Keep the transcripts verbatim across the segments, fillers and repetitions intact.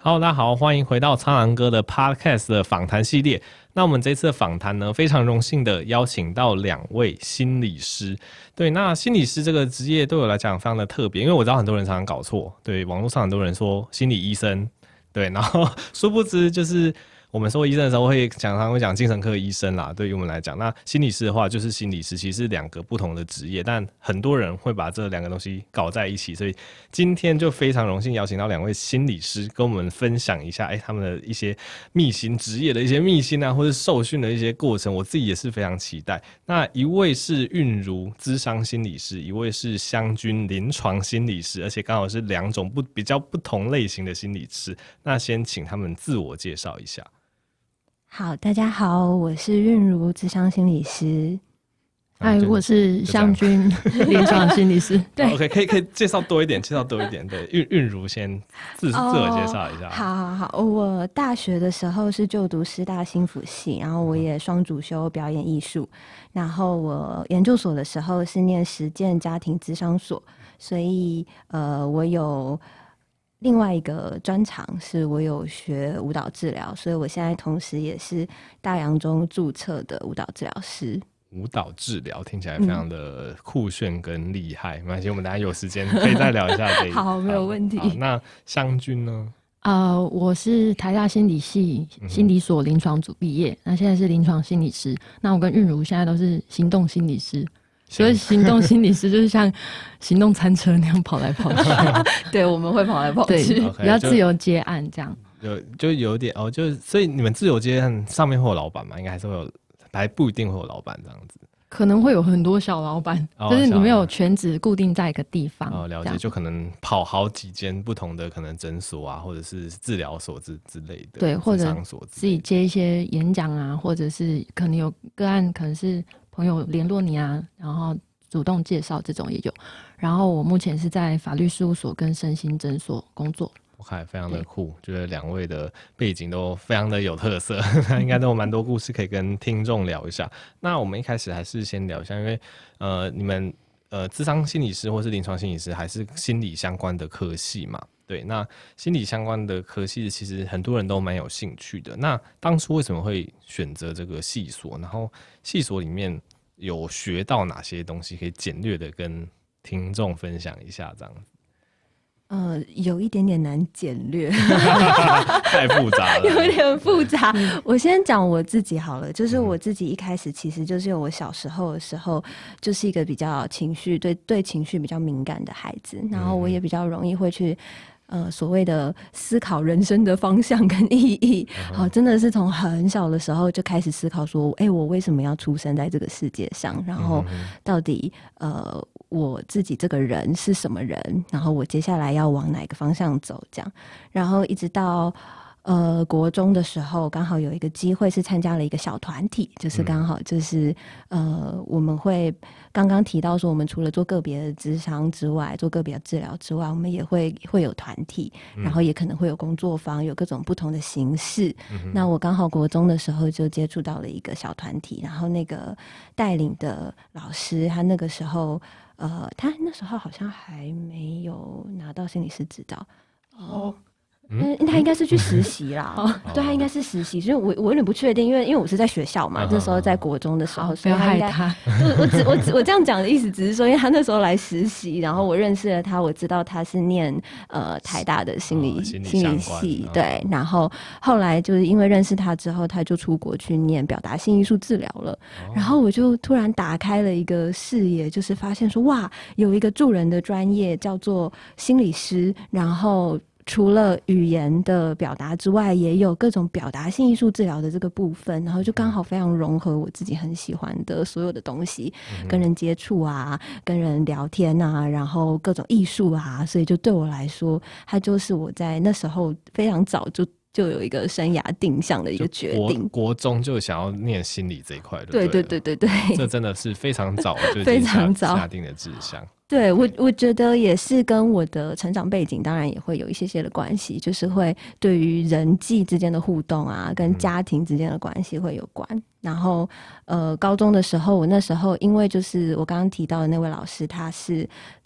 Hello， 大家好，欢迎回到苍狼哥的 Podcast 的访谈系列。那我们这次的访谈呢，非常荣幸的邀请到两位心理师。对，那心理师这个职业对我来讲非常的特别，因为我知道很多人常常搞错。对，网络上很多人说心理医生，对，然后殊不知就是我们说医生的时候会常常会讲精神科医生啦，对于我们来讲，那心理师的话就是心理师，其实是两个不同的职业，但很多人会把这两个东西搞在一起，所以今天就非常荣幸邀请到两位心理师跟我们分享一下，哎，他们的一些秘辛，职业的一些秘辛啊，或是受训的一些过程，我自己也是非常期待。那一位是韵如諮商心理师，一位是湘君临床心理师，而且刚好是两种不比较不同类型的心理师。那先请他们自我介绍一下。 好，大家好，我是韵如諮商心理师。 嗨，我是湘君临床心理师。 对 ，OK， 可以可以介绍多一点，介绍多一点。对，韵韵如先自自我介绍一下。 哦。好好好，我大学的时候是就读师大心辅系，然后我也双主修表演艺术，然后我研究所的时候是念实践家庭諮商所，所以呃，我有另外一个专长是我有学舞蹈治疗，所以我现在同时也是大洋中注册的舞蹈治疗师。 舞蹈治疗听起来非常的酷炫跟厉害，没关系，我们等一下有时间可以再聊一下这一好，没有问题。 那湘君呢？ 呃，我是台大心理系心理所临床组毕业，嗯、那现在是临床心理师。那我跟韵如现在都是行动心理师。所以行动心理师就是像行动餐车那样跑来跑去。 对，我们会跑来跑去， 对，比较自由接案这样。 有就有点哦，就所以你们自由接案上面会有老板吗？应该还是会有，还不一定会有老板这样子。 可能会有很多小老板，哦、就是你没有全职固定在一个地方。 哦，了解，就可能跑好几间不同的可能诊所啊，或者是治疗所之之类的， 对，或者自己接一些演讲啊，或者是可能有个案，可能是朋友联络你啊，然后主动介绍，这种也有。然后我目前是在法律事务所跟身心诊所工作。 OK， 非常的酷，觉得两位的背景都非常的有特色，应该都有蛮多故事可以跟听众聊一下。那我们一开始还是先聊一下，因为呃，你们呃，諮商心理师或是临床心理师还是心理相关的科系嘛？对，那心理相关的科系其实很多人都蛮有兴趣的。那当初为什么会选择这个系所？然后系所里面有学到哪些东西，可以简略的跟听众分享一下，这样子。 呃，有一点点难简略， 太复杂了， 有一点复杂。我先讲我自己好了，就是我自己一开始其实就是我小时候的时候，就是一个比较情绪对对情绪比较敏感的孩子，然后我也比较容易会去。呃，所谓的思考人生的方向跟意义，好、uh-huh. 真的是从很小的时候就开始思考说，哎、欸，我为什么要出生在这个世界上？然后到底呃，我自己这个人是什么人？然后我接下来要往哪个方向走？这样，然后一直到。呃，国中的时候刚好有一个机会是参加了一个小团体，就是刚好就是呃，我们会刚刚提到说，我们除了做个别的諮商之外，做个别的治疗之外，我们也会会有团体，然后也可能会有工作坊，有各种不同的形式。嗯、那我刚好国中的时候就接触到了一个小团体，然后那个带领的老师，他那个时候呃，他那时候好像还没有拿到心理师执照哦。嗯，他应该是去实习啦。哦、对，他应该是实习，所以我我有点不确定，因为因为我是在学校嘛，那时候在国中的时候， 不要害他。 我我只我只我这样讲的意思，只是说，因为他那时候来实习，然后我认识了他，我知道他是念呃台大的心理、哦、心理心理系，对。然后后来就是因为认识他之后，他就出国去念表达性艺术治疗了、哦。然后我就突然打开了一个视野，就是发现说，哇，有一个助人的专业叫做心理师，然后。除了语言的表达之外，也有各种表达性艺术治疗的这个部分，然后就刚好非常融合我自己很喜欢的所有的东西，嗯、跟人接触啊，跟人聊天啊，然后各种艺术啊，所以就对我来说，它就是我在那时候非常早就就有一个生涯定向的一个决定。 国, 国中就想要念心理这一块， 对对对对对， 这真的是非常早就非常早下定的志向。 对，我我觉得也是跟我的成长背景当然也会有一些些的关系，就是会对于人际之间的互动啊，跟家庭之间的关系会有关。嗯、然后呃，高中的时候，我那时候因为就是我刚刚提到的那位老师，他是。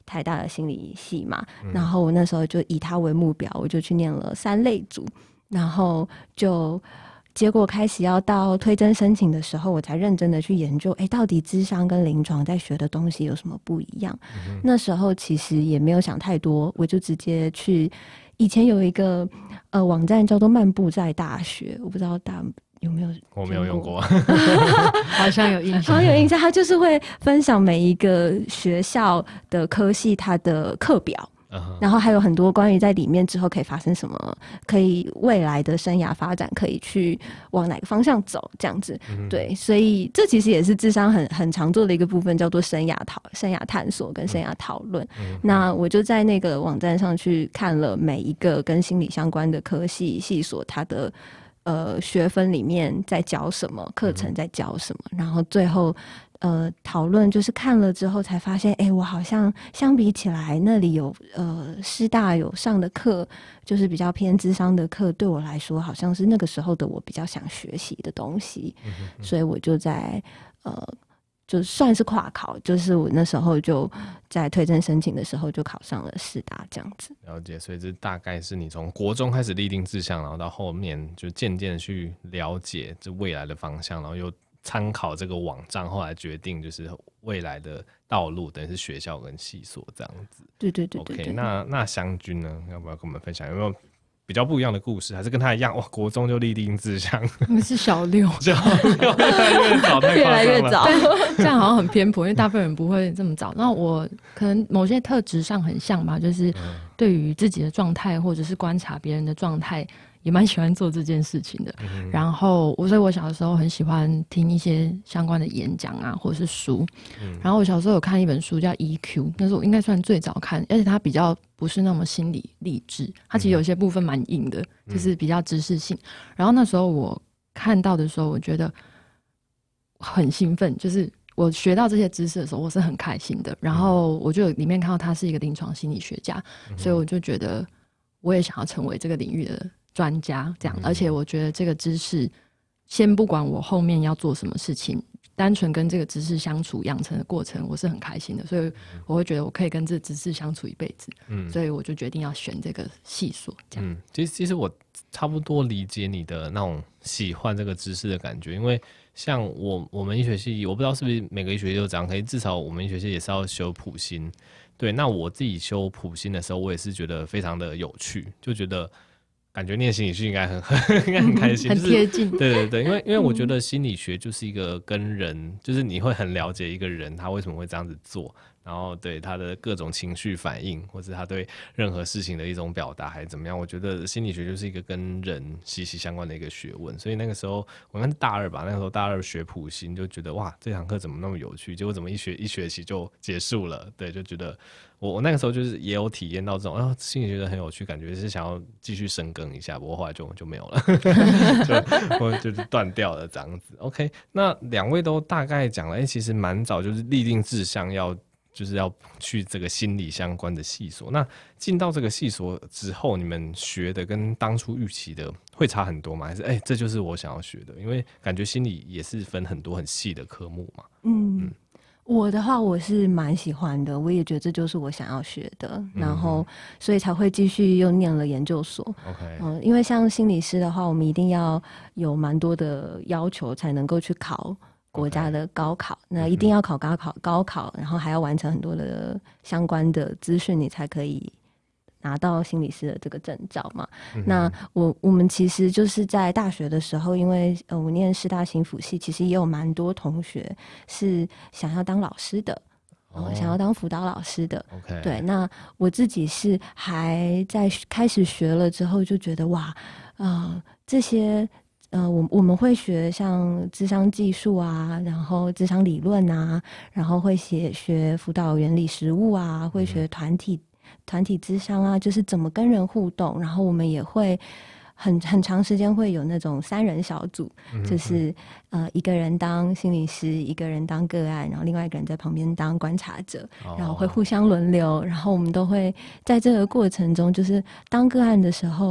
台大的心理系嘛，嗯、然后我那时候就以他为目标，我就去念了三类组，然后就结果开始要到推甄申请的时候，我才认真的去研究，哎，到底諮商跟临床在学的东西有什么不一样？嗯、那时候其实也没有想太多，我就直接去。以前有一个呃网站叫做漫步在大学，我不知道大家有没有？ 我没有用过， 好像有印象， 好像有印象。他就是会分享每一个学校的科系它的课表。Uh-huh. 然后还有很多关于在里面之后可以发生什么，可以未来的生涯发展可以去往哪个方向走这样子、嗯、对，所以这其实也是諮商很很常做的一个部分，叫做生涯讨生涯探索跟生涯讨论、嗯、那我就在那个网站上去看了每一个跟心理相关的科系系所它的呃学分里面在教什么，课程在教什么、嗯、然后最后呃，讨论就是看了之后才发现，哎，我好像相比起来，那里有呃师大有上的课，就是比较偏諮商的课，对我来说，好像是那个时候的我比较想学习的东西，嗯嗯所以我就在呃，就算是跨考，就是我那时候就在推甄申请的时候就考上了师大这样子。 了解，所以这大概是你从国中开始立定志向，然后到后面就渐渐去了解这未来的方向，然后又参考这个网站，后来决定就是未来的道路，等于是学校跟系所这样子。 对对对对对。 OK， 那那湘君呢？要不要跟我们分享有没有比较不一样的故事？还是跟他一样？哇，国中就立定志向？ 我们是小六， 小六越来越早，太夸张了， 越来越早。 这样好像很偏颇，因为大部分人不会这么早。那我可能某些特质上很像吧，就是对于自己的状态，或者是观察别人的状态。也蛮喜欢做这件事情的、嗯、然后我所以我小的时候很喜欢听一些相关的演讲啊或者是书、嗯、然后我小时候有看一本书叫 E Q， 那是我应该算最早看，而且它比较不是那么心理励志，它其实有些部分蛮硬的、嗯、就是比较知识性，然后那时候我看到的时候我觉得很兴奋，就是我学到这些知识的时候我是很开心的，然后我就里面看到他是一个临床心理学家、嗯、所以我就觉得我也想要成为这个领域的专家这样，而且我觉得这个知识先不管我后面要做什么事情，单纯跟这个知识相处养成的过程我是很开心的，所以我会觉得我可以跟这个知识相处一辈子、嗯、所以我就决定要选这个系所这样、 嗯、其实其实我差不多理解你的那种喜欢这个知识的感觉，因为像我我们医学系，我不知道是不是每个医学系都这样，可以至少我们医学系也是要修普心，对，那我自己修普心的时候我也是觉得非常的有趣，就觉得感觉念心理学应该很应该很开心， 很贴近、 就是、对对对，因为因为我觉得心理学就是一个跟人，就是你会很了解一个人他为什么会这样子做，然后对他的各种情绪反应，或者他对任何事情的一种表达还是怎么样，我觉得心理学就是一个跟人息息相关的一个学问，所以那个时候我应该是大二吧，那个时候大二学普心就觉得哇这堂课怎么那么有趣，结果怎么一学一学期就结束了，对，就觉得我我那个时候就是也有体验到这种啊心理学很有趣，感觉是想要继续深耕一下，不过后来就就没有了就我就是断掉了这样子。 OK， 那两位都大概讲了，哎、欸，其实蛮早就是立定志向要就是要去这个心理相关的系所，那进到这个系所之后，你们学的跟当初预期的会差很多吗？还是哎、欸，这就是我想要学的？因为感觉心理也是分很多很细的科目嘛。嗯嗯， 我的话我是蛮喜欢的，我也觉得这就是我想要学的、嗯、然后所以才会继续又念了研究所。 OK， 嗯，因为像心理师的话我们一定要有蛮多的要求才能够去考国家的高考、okay. 那一定要考高考高考，然后还要完成很多的相关的资讯，你才可以拿到心理师的这个证照嘛、嗯、那我我们其实就是在大学的时候，因为呃我念师大心辅系，其实也有蛮多同学是想要当老师的，哦、想要当辅导老师的。 Okay. 对，那我自己是还在开始学了之后就觉得哇，呃这些呃，我我们会学像諮商技术啊，然后諮商理论啊，然后会写学辅导原理实务啊，会学团体团体諮商啊，就是怎么跟人互动，然后我们也会很很长时间会有那种三人小组，嗯、就是呃一个人当心理师，一个人当个案，然后另外一个人在旁边当观察者，哦、然后会互相轮流，然后我们都会在这个过程中，就是当个案的时候。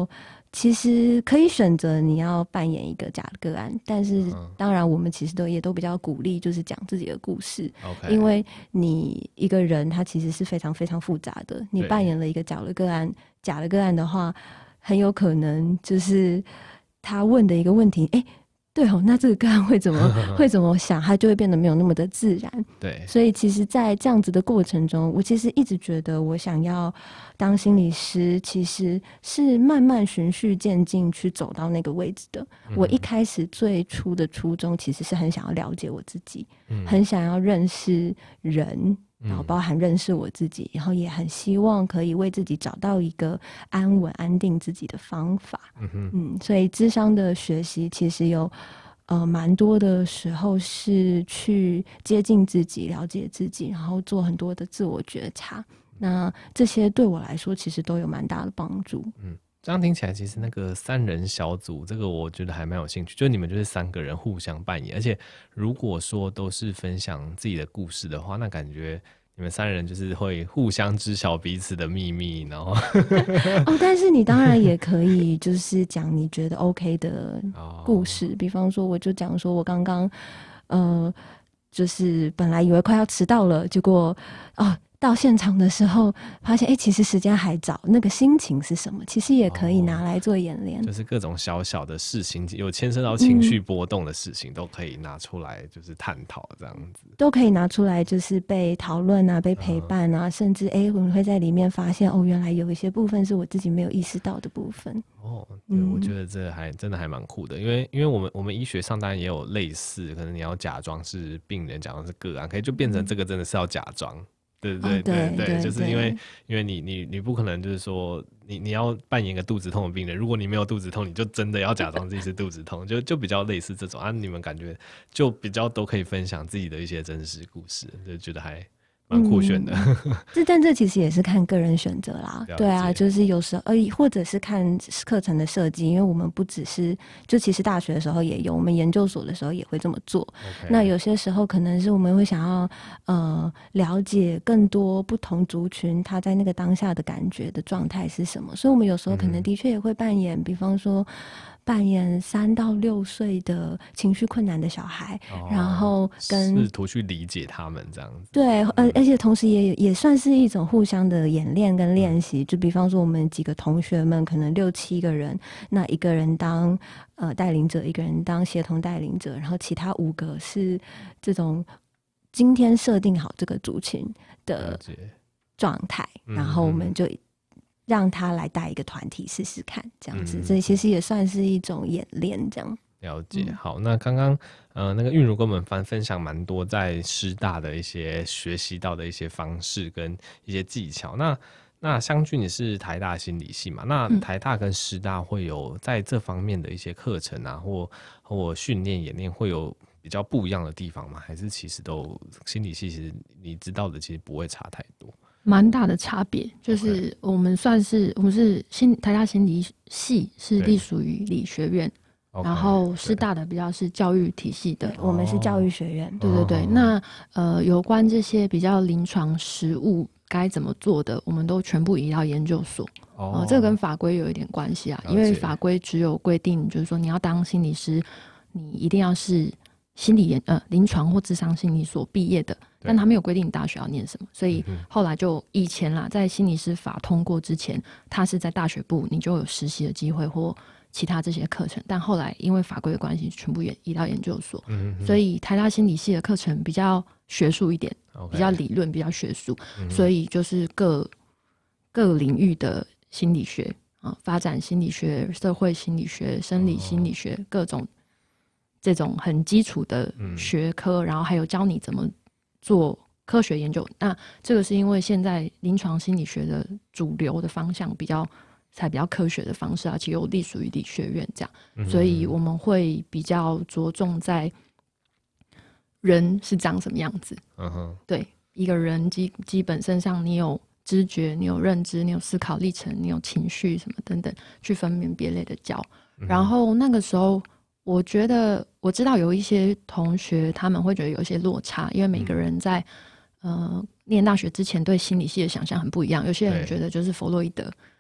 其实可以选择你要扮演一个假的个案，但是当然我们其实都也都比较鼓励就是讲自己的故事、 okay. 因为你一个人他其实是非常非常复杂的，你扮演了一个假的个案假的个案的话，很有可能就是他问的一个问题，哎，对哦，那这个个案会怎么会怎么想，他就会变得没有那么的自然。 对， 所以其实在这样子的过程中，我其实一直觉得我想要当心理师其实是慢慢循序渐进去走到那个位置的、嗯、我一开始最初的初衷其实是很想要了解我自己、嗯、很想要认识人，然后包含认识我自己、嗯、然后也很希望可以为自己找到一个安稳安定自己的方法。 嗯, 嗯所以諮商的学习其实有呃蛮多的时候是去接近自己了解自己，然后做很多的自我觉察，那这些对我来说其实都有蛮大的帮助。 嗯，这样听起来其实那个三人小组这个我觉得还蛮有兴趣，就是你们就是三个人互相扮演，而且如果说都是分享自己的故事的话，那感觉你们三人就是会互相知晓彼此的秘密，然后哦，但是你当然也可以就是讲你觉得 OK 的故事、哦、比方说我就讲说我刚刚呃就是本来以为快要迟到了，结果哦到现场的时候发现哎、欸，其实时间还早，那个心情是什么其实也可以拿来做演练、哦、 就是各种小小的事情有牵涉到情绪波动的事情、嗯、都可以拿出来就是探讨，这样子都可以拿出来就是被讨论啊被陪伴啊、嗯、甚至哎、欸，我们会在里面发现哦原来有一些部分是我自己没有意识到的部分。 哦，对、嗯、我觉得这还真的还蛮酷的，因为因为我们我们医学上当然也有类似，可能你要假装是病人假装是个案，可以就变成这个真的是要假装、嗯对对对、哦、对, 对，就是因为因为你你你不可能就是说你你要扮演一个肚子痛的病人，如果你没有肚子痛，你就真的要假装自己是肚子痛，就就比较类似这种啊。你们感觉就比较都可以分享自己的一些真实故事，就觉得还蛮酷炫的。 嗯、这但这其实也是看个人选择啦，对啊，就是有时候呃，或者是看课程的设计，因为我们不只是就其实大学的时候也有，我们研究所的时候也会这么做。Okay. 那有些时候可能是我们会想要呃了解更多不同族群他在那个当下的感觉的状态是什么，所以我们有时候可能的确也会扮演，嗯、比方说。扮演三到六岁的情绪困难的小孩、哦、然后跟试图去理解他们这样子。 对，呃，而且同时也也算是一种互相的演练跟练习、嗯、就比方说我们几个同学们可能六七个人，那一个人当呃带领者，一个人当协同带领者，然后其他五个是这种今天设定好这个族群的状态、嗯、然后我们就让他来带一个团体试试看，这样子，嗯、所以其实也算是一种演练，这样。 了解，嗯、好，那刚刚呃那个韵如跟我们分分享蛮多在师大的一些学习到的一些方式跟一些技巧。那那湘君你是台大心理系嘛？那台大跟师大会有在这方面的一些课程啊，或或训练演练会有比较不一样的地方吗？还是其实都心理系其实你知道的其实不会差太多？ 蛮大的差别，就是我们算是我们是新台大心理系是隶属于理学院，然后师大的比较是教育体系的， 我们是教育学院。 对对对，那呃有关这些比较临床实务该怎么做的，我们都全部移到研究所。哦、呃，这个跟法规有一点关系啊，因为法规只有规定，就是说你要当心理师，你一定要是心理研呃临床或諮商心理所毕业的。但他没有规定你大学要念什么，所以后来就以前啦，在心理师法通过之前，他是在大学部你就有实习的机会或其他这些课程，但后来因为法规的关系，全部也移到研究所，嗯、所以台大心理系的课程比较学术一点， okay. 比较理论，比较学术、嗯，所以就是各各领域的心理学啊，发展心理学、社会心理学、生理心理学，哦、各种这种很基础的学科、嗯，然后还有教你怎么做科学研究。那这个是因为现在临床心理学的主流的方向比较才比较科学的方式，而且又隶属于理学院这样、嗯，所以我们会比较着重在人是长什么样子。嗯哼，对，一个人基基本身上你有知觉，你有认知，你有思考历程，你有情绪什么等等，去分门别类的教、嗯。然后那个时候我觉得我知道有一些同学他们会觉得有一些落差，因为每个人在、嗯、呃念大学之前对心理系的想象很不一样，有些人觉得就是弗洛伊德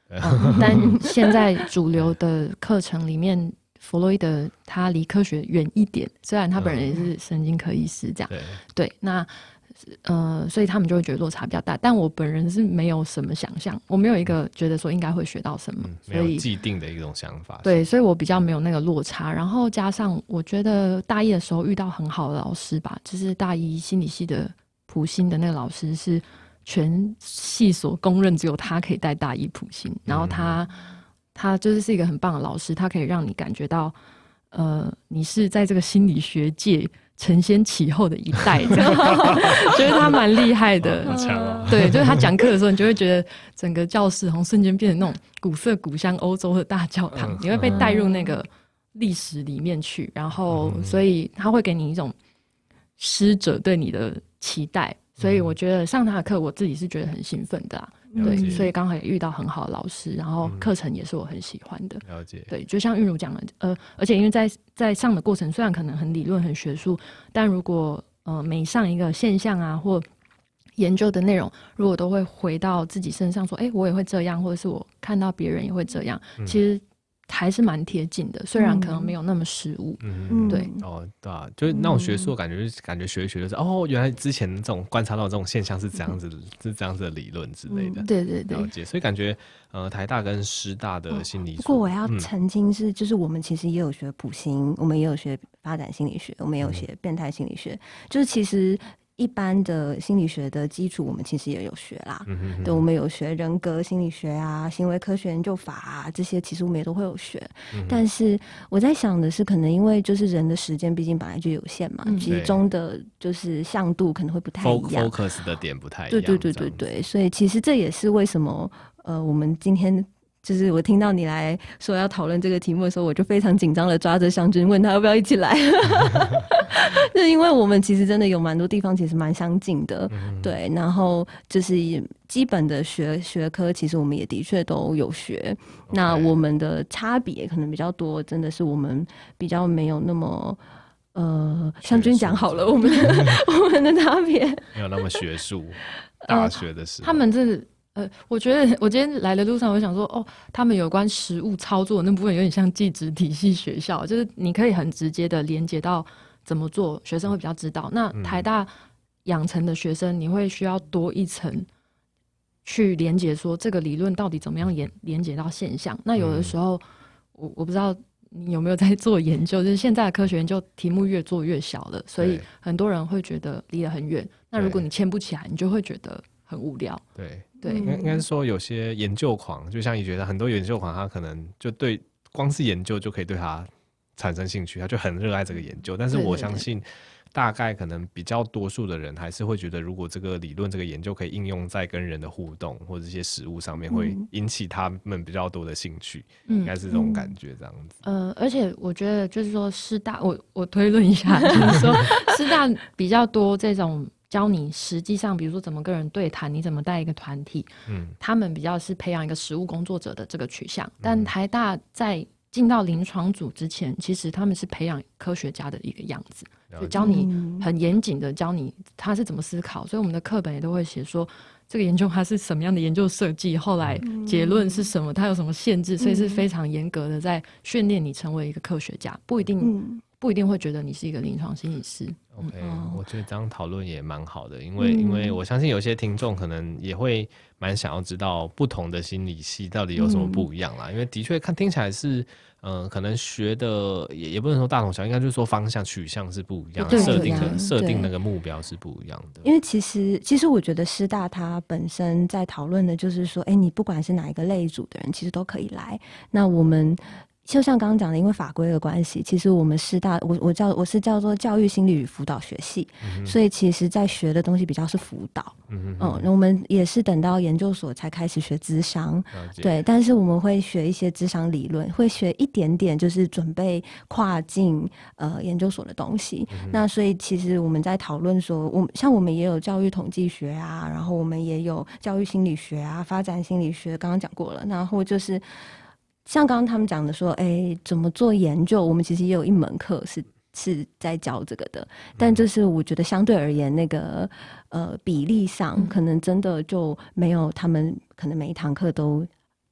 嗯、但现在主流的课程里面，弗洛伊德他离科学远一点，虽然他本人也是神经科医师这样， 对对，那呃，所以他们就会觉得落差比较大。但我本人是没有什么想象，我没有一个觉得说应该会学到什么， 嗯、 所以没有既定的一种想法。 对，所以我比较没有那个落差。然后加上我觉得大一的时候遇到很好的老师吧，就是大一心理系的普心的那个老师是全系所公认只有他可以带大一普心，然后他、嗯、他就是是一个很棒的老师，他可以让你感觉到呃，你是在这个心理学界承先启后的一代，这样觉得他蛮厉害的。 好强哦！ 对，就是他讲课的时候，你就会觉得整个教室好像瞬间变成那种古色古香欧洲的大教堂，嗯、你会被带入那个历史里面去，然后所以他会给你一种师者对你的期待。所以我觉得上他的课，我自己是觉得很兴奋的啊。对，所以刚好也遇到很好的老师，然后课程也是我很喜欢的。 了解。 对，就像韵如讲的，呃，而且因为在在上的过程，虽然可能很理论、很学术，但如果呃每上一个现象啊或研究的内容，如果都会回到自己身上，说，哎，我也会这样，或者是我看到别人也会这样，嗯、其实还是蛮贴近的，虽然可能没有那么实务。嗯，对。 哦，对啊，就是那种学术感觉，就是感觉学一学就是、嗯、哦，原来之前这种观察到这种现象是这样子，嗯、是这样子的理论之类的。 嗯、对对对， 了解。所以感觉呃，台大跟师大的心理、哦， 不过我要澄清是，嗯、就是我们其实也有学普心，我们也有学发展心理学，我们也有学变态心理学，嗯、就是其实。一般的心理学的基础，我们其实也有学啦。嗯、哼哼对，我们有学人格心理学啊、行为科学研究法啊，这些其实我们也都会有学。嗯、但是我在想的是，可能因为就是人的时间毕竟本来就有限嘛，嗯、集中的就是向度可能会不太一样 ，focus 的点不太一样。 对对对对对，所以其实这也是为什么呃，我们今天。就是我听到你来说要讨论这个题目的时候，我就非常紧张的抓着湘君问他要不要一起来。就是因为我们其实真的有蛮多地方其实蛮相近的，嗯、对，然后就是基本的学学科其实我们也的确都有学， okay. 那我们的差别可能比较多，真的是我们比较没有那么呃，湘君讲好了，我们的我们的差别没有那么学术。大学的时候， 呃、他们这。呃，我觉得我今天来的路上，我想说，哦，他们有关实务操作的那部分有点像技职体系学校，就是你可以很直接的连接到怎么做，学生会比较知道。那台大养成的学生，你会需要多一层去连接，说这个理论到底怎么样连连接到现象。那有的时候，我我不知道你有没有在做研究，就是现在的科学研究题目越做越小了，所以很多人会觉得离得很远。那如果你牵不起来，你就会觉得很无聊。 对。 对， 应该是说有些研究狂，就像你觉得很多研究狂，他可能就对光是研究就可以对他产生兴趣，他就很热爱这个研究。但是我相信，大概可能比较多数的人还是会觉得，如果这个理论、这个研究可以应用在跟人的互动或者一些实务上面，会引起他们比较多的兴趣，嗯、应该是这种感觉这样子。 呃，而且我觉得就是说，师大，我我推论一下，就是说师大比较多这种。教你实际上比如说怎么跟人对谈，你怎么带一个团体，嗯，他们比较是培养一个实务工作者的这个取向。但台大在进到临床组之前，其实他们是培养科学家的一个样子，就教你很严谨的教你他是怎么思考，所以我们的课本也都会写说这个研究它是什么样的研究设计，后来结论是什么，它有什么限制，所以是非常严格的在训练你成为一个科学家，不一定、嗯不一定会觉得你是一个临床心理师。 OK、嗯、我觉得这样讨论也蛮好的，因为、嗯、因为我相信有些听众可能也会蛮想要知道不同的心理系到底有什么不一样啦、嗯、因为的确看听起来是呃，可能学的 也, 也不能说大同小异，应该就是说方向取向是不一样的，设定的设定那个目标是不一样的。 因为其实其实我觉得师大它本身在讨论的就是说，哎，你不管是哪一个类组的人，其实都可以来。那我们就像刚刚讲的，因为法规的关系，其实我们师大我我叫我是叫做教育心理与辅导学系、嗯、所以其实在学的东西比较是辅导。嗯嗯，我们也是等到研究所才开始学諮商，对，但是我们会学一些諮商理论，会学一点点就是准备跨境呃研究所的东西、嗯、那所以其实我们在讨论说，我像我们也有教育统计学啊，然后我们也有教育心理学啊，发展心理学刚刚讲过了，然后就是像刚刚他们讲的说，哎，怎么做研究，我们其实也有一门课是是在教这个的，但就是我觉得相对而言，那个呃比例上可能真的就没有他们可能每一堂课都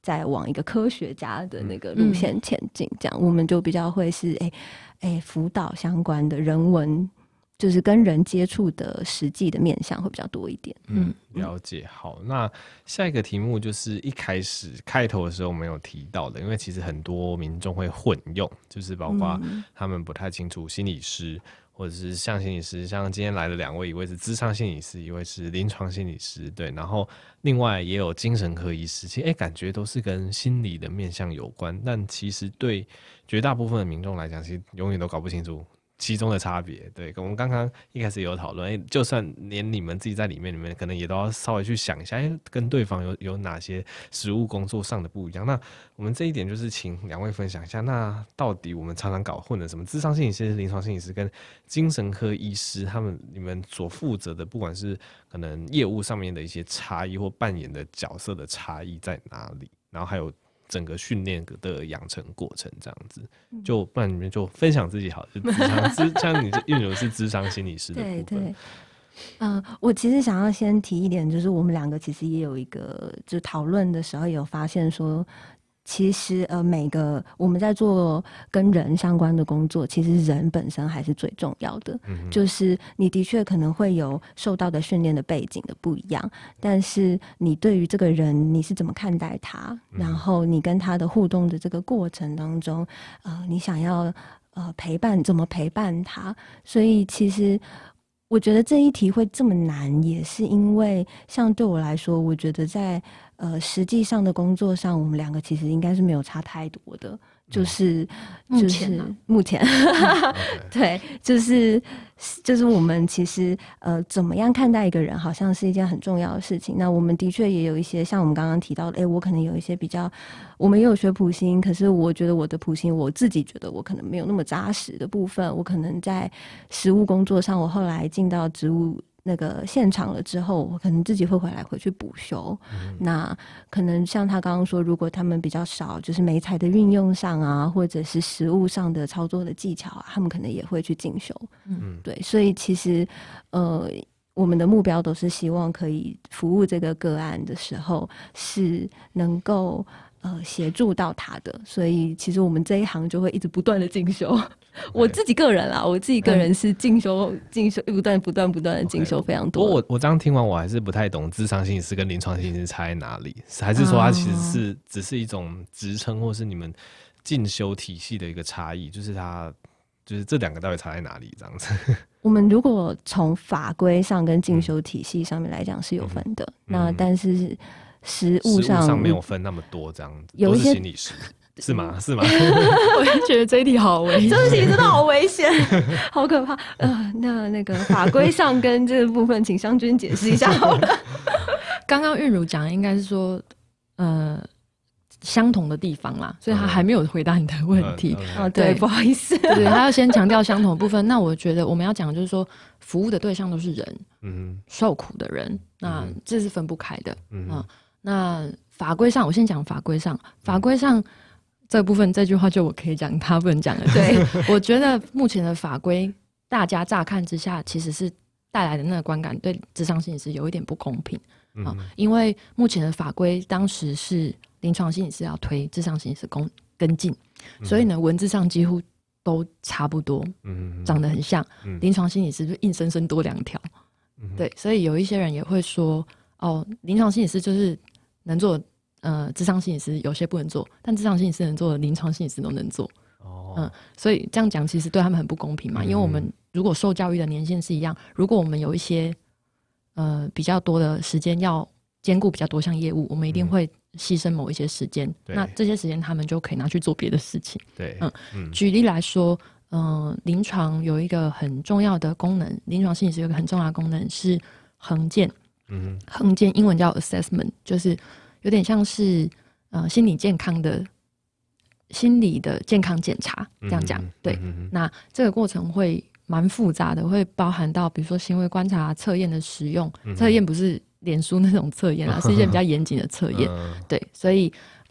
在往一个科学家的那个路线前进，这样、嗯、我们就比较会是哎哎辅导相关的人文。就是跟人接触的实际的面向会比较多一点。 嗯，了解。好，那下一个题目就是一开始开头的时候我们有提到的，因为其实很多民众会混用，就是包括他们不太清楚心理师，嗯、或者是像心理师，像今天来的两位，一位是諮商心理师，一位是临床心理师，对，然后另外也有精神科医师，其实哎、欸，感觉都是跟心理的面向有关，但其实对绝大部分的民众来讲，其实永远都搞不清楚其中的差别。对，我们刚刚一开始也有讨论、欸，就算连你们自己在里面，你们可能也都要稍微去想一下，欸、跟对方有有哪些实务工作上的不一样。那我们这一点就是请两位分享一下，那到底我们常常搞混的什么諮商心理师、临床心理师跟精神科医师，他们你们所负责的，不管是可能业务上面的一些差异或扮演的角色的差异在哪里？然后还有整个训练的养成过程这样子，就不然你们就分享自己好了，就諮商像你韵如是諮商心理师的部分。 对对，嗯、呃，我其实想要先提一点，就是我们两个其实也有一个，就讨论的时候有发现说，其实呃，每个我们在做跟人相关的工作，其实人本身还是最重要的。嗯、就是你的确可能会有受到的训练的背景的不一样，但是你对于这个人你是怎么看待他，嗯、然后你跟他的互动的这个过程当中，呃，你想要呃陪伴怎么陪伴他，所以其实。我觉得这一题会这么难，也是因为像对我来说，我觉得在呃实际上的工作上，我们两个其实应该是没有差太多的，就是、 嗯、 就是目前，嗯、对，就是就是我们其实呃怎么样看待一个人，好像是一件很重要的事情。那我们的确也有一些像我们刚刚提到的，哎，我可能有一些比较，我们也有学普心，可是我觉得我的普心，我自己觉得我可能没有那么扎实的部分，我可能在实务工作上，我后来进到职务那个现场了之后，我可能自己会回来回去补修。嗯、那可能像他刚刚说，如果他们比较少，就是媒材的运用上啊，或者是实务上的操作的技巧啊，他们可能也会去进修。嗯，对，所以其实呃，我们的目标都是希望可以服务这个个案的时候，是能够。呃，协助到他的，所以其实我们这一行就会一直不断的进修。我自己个人啦，我自己个人是进修、进修，不断、不断、不断的进修非常多。 不过我我这样听完，我还是不太懂諮商心理师跟临床心理师差在哪里，还是说它其实是、哦、只是一种职称，或是你们进修体系的一个差异？就是它就是这两个到底差在哪里？这样子。 我们如果从法规上跟进修体系上面来讲是有分的，嗯、那但是。实务 上, 实务上没有分那么多，这样子有一些都是心理师是吗？是吗？ 我就觉得这一题好危险， 这题真的好危险，好可怕。呃，那那个法规上跟这个部分，请湘君解释一下好了。 刚刚韵如讲的应该是说，呃，相同的地方啦，所以他还没有回答你的问题。 哦、嗯，对，不好意思， 对，他要先强调相同的部分。那我觉得我们要讲的就是说，服务的对象都是人，嗯，受苦的人，那这是分不开的，嗯。嗯那法规上，我先讲法规上。法规上这部分，这句话就我可以讲，他不能讲的。对，我觉得目前的法规，大家乍看之下，其实是带来的那个观感，对諮商心理师有一点不公平、嗯啊、因为目前的法规当时是临床心理师要推諮商心理师跟进，所以呢，文字上几乎都差不多，嗯、长得很像。嗯、临床心理师就硬生生多两条、嗯，对，所以有一些人也会说。哦，临床心理师就是能做，呃，諮商心理师有些不能做，但諮商心理师能做的，临床心理师都能做。哦，嗯，所以这样讲其实对他们很不公平嘛，嗯、因为我们如果受教育的年限是一样，如果我们有一些呃比较多的时间要兼顾比较多项业务，我们一定会牺牲某一些时间、嗯，那这些时间他们就可以拿去做别的事情。对，嗯，嗯举例来说，嗯、呃，临床有一个很重要的功能，临床心理师有一个很重要的功能是衡鉴。嗯，衡鉴英文叫 assessment， 就是有点像是呃心理健康的心理的健康检查，这样讲、嗯、对、嗯。那这个过程会蛮复杂的，会包含到比如说行为观察测验的使用，测、嗯、验不是脸书那种测验啊，是一些比较严谨的测验、嗯。对，所以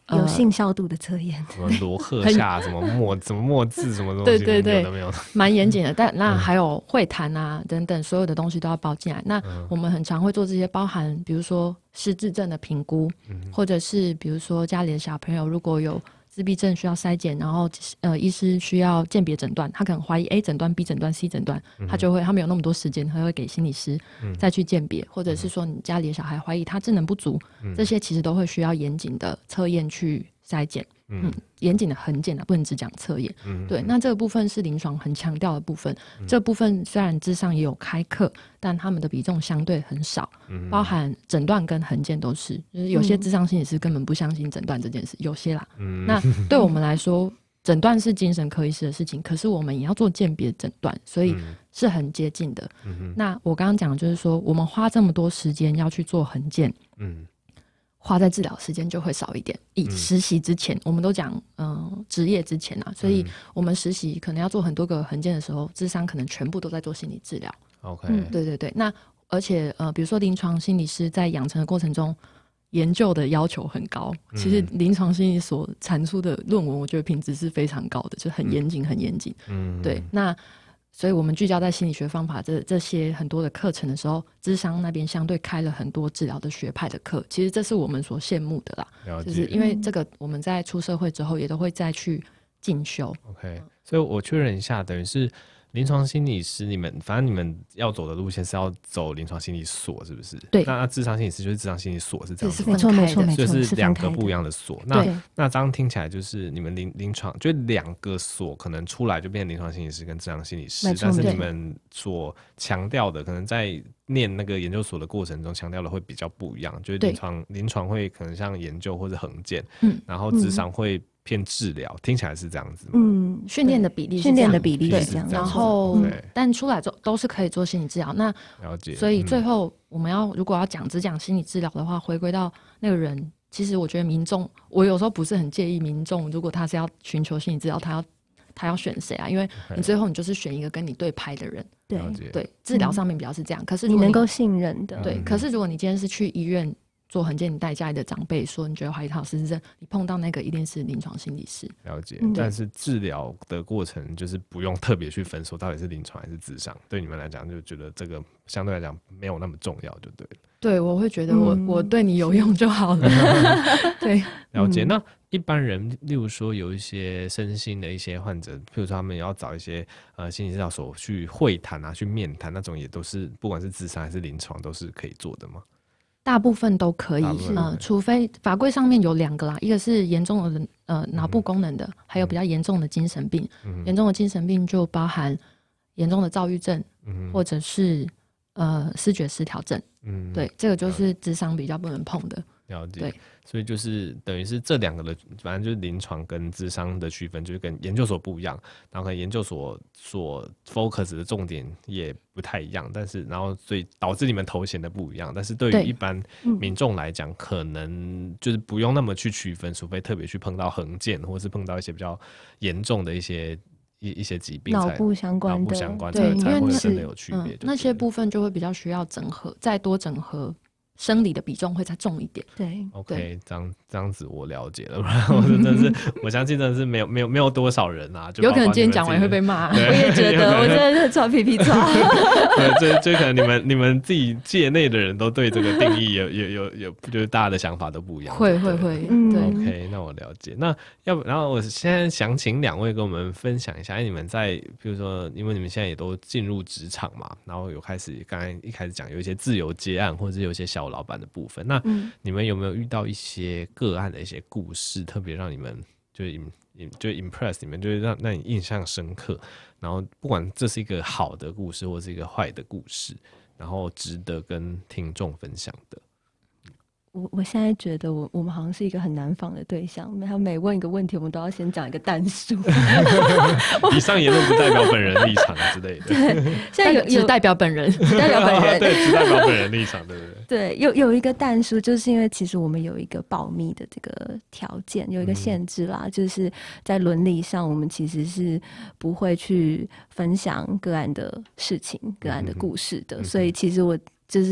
有信效度的测验， 什么罗赫夏，什么墨，什么墨字，什么东西， 对对对， 有的没有的， 蛮严谨的。但那还有会谈啊等等，所有的东西都要包进来。那我们很常会做这些，包含比如说失智症的评估，嗯、或者是比如说家里的小朋友如果有自闭症需要筛检，然后呃医师需要鉴别诊断，他可能怀疑 A 诊断、B 诊断、C 诊断，他就会他没有那么多时间，他会给心理师再去鉴别，嗯、或者是说你家里的小孩怀疑他智能不足，嗯、这些其实都会需要严谨的测验去筛检。嗯，严谨的很简单，不能只讲测验。嗯，对，那这个部分是临床很强调的部分。嗯、这部分虽然諮商也有开课，但他们的比重相对很少，嗯、包含诊断跟衡鉴都是。就是有些諮商心理师根本不相信诊断这件事，有些啦。嗯、那对我们来说，诊断是精神科医师的事情，可是我们也要做鉴别诊断，所以是很接近的。嗯、那我刚刚讲的就是说，我们花这么多时间要去做衡鉴。嗯。花在治疗时间就会少一点。以实习之前，嗯、我们都讲，嗯，职业之前啊，所以我们实习可能要做很多个衡鉴的时候，諮商可能全部都在做心理治疗。 OK， 嗯，对对对。那而且呃，比如说临床心理师在养成的过程中，研究的要求很高。嗯、其实临床心理所产出的论文，我觉得品质是非常高的，就很严谨，很严谨。嗯，对。那所以我们聚焦在心理学方法这这些很多的课程的时候，諮商那边相对开了很多治疗的学派的课，其实这是我们所羡慕的啦。就是因为这个我们在出社会之后也都会再去进修。 OK， 所以我确认一下，等于是临床心理师，你们反正你们要走的路线是要走临床心理所，是不是？ 对。 那諮商心理师就是諮商心理所，是这样子吗？ 没错没错没错， 就是两个不一样的所。那那这样听起来就是你们临临床就两个所可能出来就变成临床心理师跟諮商心理师，但是你们所强调的可能在念那个研究所的过程中强调的会比较不一样，就是临床临床会可能像研究或者衡鉴，嗯，然后諮商会偏治疗，听起来是这样子吗？ 嗯，训练的比例， 训练的比例是这样， 然后但出来都是可以做心理治疗。那了解， 所以最后我们要如果要讲只讲心理治疗的话，回归到那个人，其实我觉得民众，我有时候不是很介意民众，如果他是要寻求心理治疗，他要他要选谁啊？因为你最后你就是选一个跟你对拍的人。 对对，治疗上面比较是这样，嗯、可是如果你, 你能够信任的， 对。嗯、可是如果你今天是去医院做衡鉴，你带家里的长辈说你觉得怀疑他有失智症，你碰到那个一定是临床心理师。 了解，但是治疗的过程就是不用特别去分说到底是临床还是諮商，对你们来讲就觉得这个相对来讲没有那么重要，就对了。 对，我会觉得我、嗯、我对你有用就好了。对， 了解。那一般人，例如说有一些身心的一些患者，譬如说他们也要找一些呃心理治疗所去会谈啊，去面谈，那种也都是不管是諮商还是临床都是可以做的吗？ 大部分都可以，呃，除非法规上面有两个啦，一个是严重的呃脑部功能的，嗯、还有比较严重的精神病。嗯、严重的精神病就包含严重的躁郁症，嗯、或者是呃思觉失调症。嗯，对，这个就是諮商比较不能碰的。 了解， 对， 所以就是等于是这两个的，反正就是临床跟諮商的区分，就是跟研究所不一样，然后可能研究所所 focus 的重点也不太一样，但是然后所以导致你们头衔的不一样，但是对于一般民众来讲，可能就是不用那么去区分，除非特别去碰到衡鉴，或是碰到一些比较严重的一些一一些疾病， 脑部相关的， 脑部相关才才会真的有区别、嗯。 那些部分就会比较需要整合，再多整合。生理的比重会再重一点。 对 ，OK， 这样这样子我了解了，不然我真的是我相信真的是没有没有没有多少人啊，就有可能今天讲完会被骂。 我也觉得，我真的是抓皮皮抓。 对，这这可能你们你们自己界内的人都对这个定义有有有有，就是大家的想法都不一样。 会会会， 对 ，OK， 那我了解。那要不然后我现在想请两位跟我们分享一下，因为你们在比如说，因为你们现在也都进入职场嘛，然后有开始刚才一开始讲有一些自由接案，或者是有一些小老板的部分，那你们有没有遇到一些个案的一些故事，特别让你们就 就 impress 你们，就是让让你印象深刻，然后不管这是一个好的故事或是一个坏的故事，然后值得跟听众分享的。 我我现在觉得我我们好像是一个很难访的对象，他每问一个问题，我们都要先讲一个但书。 以上言论不代表本人立场之类的。 对，现在有只代表本人， 只代表本人， 对，只代表本人立场，对不对？ 对，有有一个但书，就是因为其实我们有一个保密的这个条件，有一个限制啦，嗯、就是在伦理上，我们其实是不会去分享个案的事情、个案的故事的，嗯、所以其实我。就是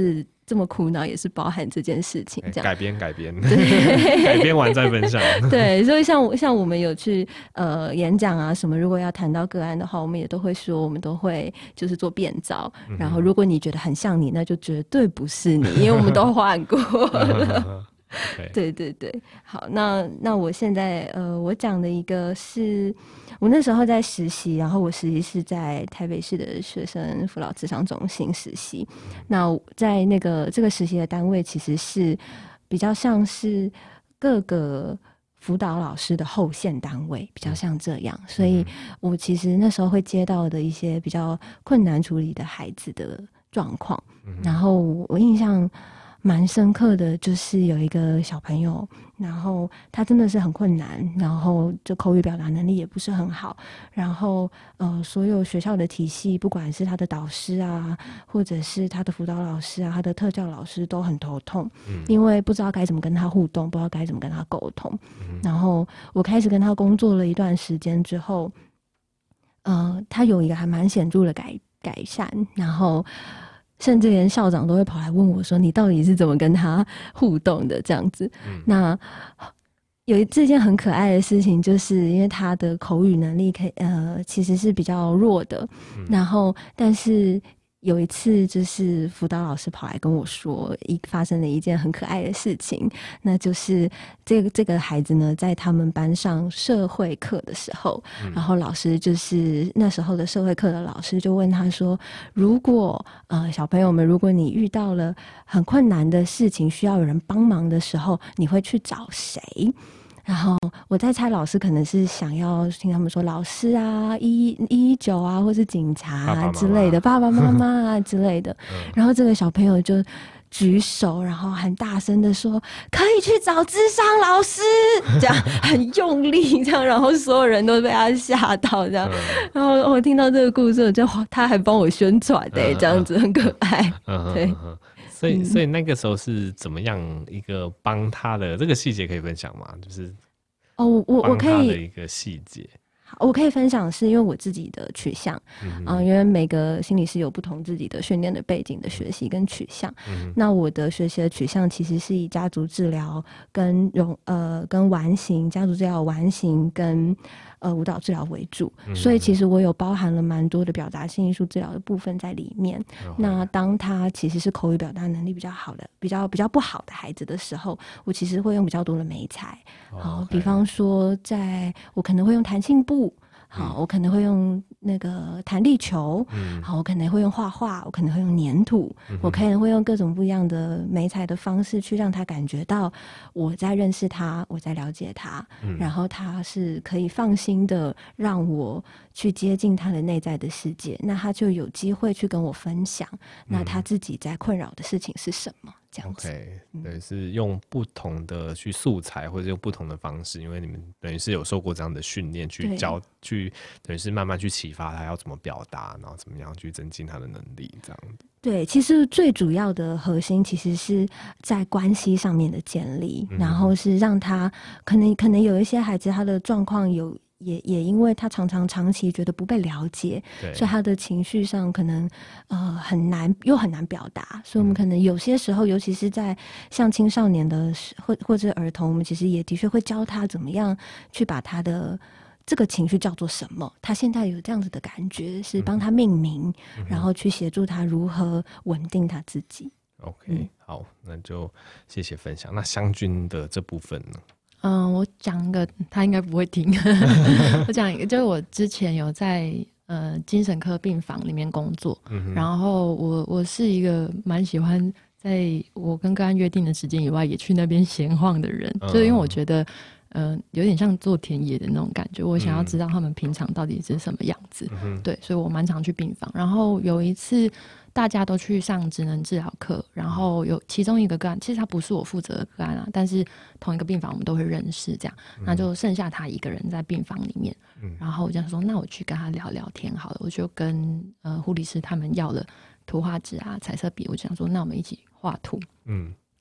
这么苦恼也是包含这件事情，这样改编改编，改编完再分享。 对，所以像像我们有去呃演讲啊什么，如果要谈到个案的话，我们也都会说，我们都会就是做变造，嗯、然后如果你觉得很像你，那就绝对不是你，因为我们都换过了。 Okay. 对对对，好，那那我现在呃，我讲的一个是我那时候在实习，然后我实习是在台北市的学生辅导咨商中心实习。那在那个这个实习的单位，其实是比较像是各个辅导老师的后线单位，比较像这样，所以我其实那时候会接到的一些比较困难处理的孩子的状况，然后我印象蛮深刻的，就是有一个小朋友，然后他真的是很困难，然后就口语表达能力也不是很好，然后呃，所有学校的体系，不管是他的导师啊，或者是他的辅导老师啊，他的特教老师都很头痛，嗯、因为不知道该怎么跟他互动，不知道该怎么跟他沟通。嗯、然后我开始跟他工作了一段时间之后，呃，他有一个还蛮显著的改改善，然后甚至连校长都会跑来问我说你到底是怎么跟他互动的这样子、嗯、那有这件很可爱的事情，就是因为他的口语能力可以呃其实是比较弱的、嗯、然后但是有一次就是辅导老师跑来跟我说一发生了一件很可爱的事情，那就是这个这个孩子呢在他们班上社会课的时候、嗯、然后老师就是那时候的社会课的老师就问他说，如果呃小朋友们，如果你遇到了很困难的事情需要有人帮忙的时候，你会去找谁？然后我在猜老师可能是想要听他们说老师啊一一一九啊或是警察、啊、 爸爸妈妈之类的爸爸妈妈啊之类的、嗯、然后这个小朋友就举手然后很大声的说可以去找諮商老师，这样很用力这样，然后所有人都被他吓到这样、嗯、然后我听到这个故事我就他还帮我宣传的、欸嗯、这样子很可爱、嗯、对、嗯嗯所以，所以那个时候是怎么样一个帮他的、嗯、这个细节可以分享吗？就是哦，我我可以帮他的一个细节。 我可以分享是因为我自己的取向，嗯、呃，因为每个心理师有不同自己的训练的背景的学习跟取向。嗯、那我的学习的取向其实是以家族治疗跟融呃跟完形家族治疗完形跟呃舞蹈治疗为主、嗯，所以其实我有包含了蛮多的表达性艺术治疗的部分在里面。嗯、那当他其实是口语表达能力比较好的、比较比较不好的孩子的时候，我其实会用比较多的媒材，好、哦，比方说在我可能会用弹性布。好，我可能会用那个弹力球、嗯、好，我可能会用画画，我可能会用粘土、嗯、我可能会用各种不一样的媒材的方式去让他感觉到我在认识他，我在了解他、嗯、然后他是可以放心的让我去接近他的内在的世界，那他就有机会去跟我分享、嗯、那他自己在困扰的事情是什么这样子。 OK， 对，是用不同的去素材或者用不同的方式，因为你们等于是有受过这样的训练去教去等于是慢慢去启发他要怎么表达，然后怎么样去增进他的能力这样子。 对，其实最主要的核心其实是在关系上面的建立、嗯、然后是让他可能可能有一些孩子他的状况有也也因为他常常长期觉得不被了解，所以他的情绪上可能呃很难又很难表达，所以我们可能有些时候、嗯、尤其是在像青少年的或或者儿童，我们其实也的确会教他怎么样去把他的这个情绪叫做什么，他现在有这样子的感觉，是帮他命名、嗯、然后去协助他如何稳定他自己。 OK、嗯、好，那就谢谢分享。那湘君的这部分呢？ 嗯，我讲一个他应该不会听我讲一个，就是我之前有在呃精神科病房里面工作、嗯、然后我我是一个蛮喜欢在我跟个案约定的时间以外也去那边闲晃的人、嗯、就是因为我觉得呃有点像做田野的那种感觉，我想要知道他们平常到底是什么样子、嗯、对，所以我蛮常去病房。然后有一次大家都去上职能治疗课，然后有其中一个个案，其实他不是我负责的个案啊，但是同一个病房我们都会认识这样、嗯、那就剩下他一个人在病房里面、嗯、然后我就说那我去跟他聊聊天好了，我就跟呃护理师他们要了图画纸啊彩色笔，我就想说那我们一起画图。嗯，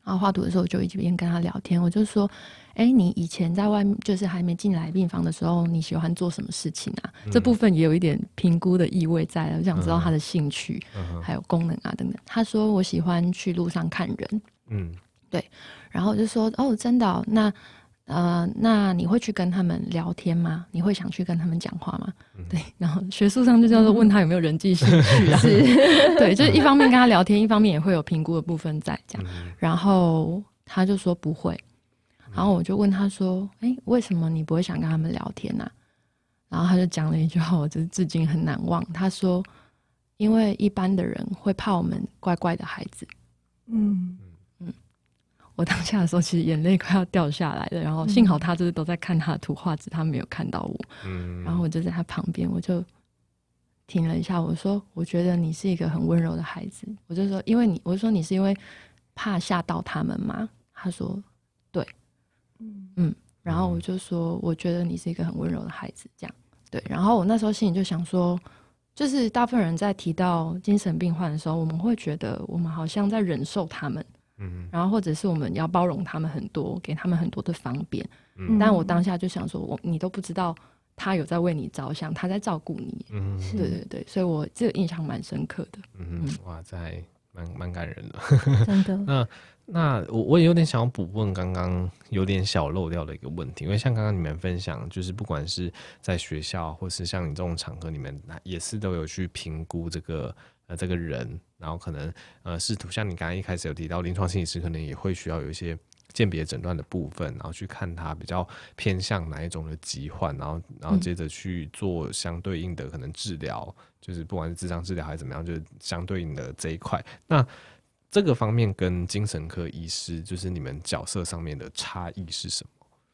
然后画图的时候我就一边跟他聊天，我就说哎、欸，你以前在外面就是还没进来病房的时候你喜欢做什么事情啊、嗯、这部分也有一点评估的意味在，我想知道他的兴趣、嗯、还有功能啊等等。他说我喜欢去路上看人，嗯，对，然后我就说哦真的哦，那呃，那你会去跟他们聊天吗？你会想去跟他们讲话吗？嗯、对，然后学术上就叫做问他有没有人际兴趣啊，是，对，就是一方面跟他聊天，一方面也会有评估的部分在这样。嗯、然后他就说不会，然后我就问他说，哎、欸，为什么你不会想跟他们聊天啊？然后他就讲了一句话，我就是至今很难忘。他说，因为一般的人会怕我们乖乖的孩子，嗯。我当下的时候其实眼泪快要掉下来了，然后幸好他就是都在看他的图画纸，他没有看到我、嗯、然后我就在他旁边，我就停了一下，我说我觉得你是一个很温柔的孩子，我就说因为你，我就说你是因为怕吓到他们吗？他说对，嗯嗯，然后我就说我觉得你是一个很温柔的孩子，这样对。然后我那时候心里就想说，就是大部分人在提到精神病患的时候，我们会觉得我们好像在忍受他们，嗯，然后或者是我们要包容他们很多，给他们很多的方便，嗯，但我当下就想说，我你都不知道他有在为你着想，他在照顾你，嗯，对对对，所以我这个印象蛮深刻的， 嗯，嗯哇，这还蛮蛮感人的， 真的。 那那我我也有点想要补问刚刚有点小漏掉的一个问题，因为像刚刚你们分享，就是不管是在学校，或是像你这种场合，你们也是都有去评估这个。呃，这个人，然后可能呃试图像你刚才一开始有提到，临床心理师可能也会需要有一些鉴别诊断的部分，然后去看他比较偏向哪一种的疾患，然后然后接着去做相对应的可能治疗，嗯、就是不管是諮商治疗还是怎么样，就是相对应的这一块。那这个方面跟精神科医师，就是你们角色上面的差异是什么？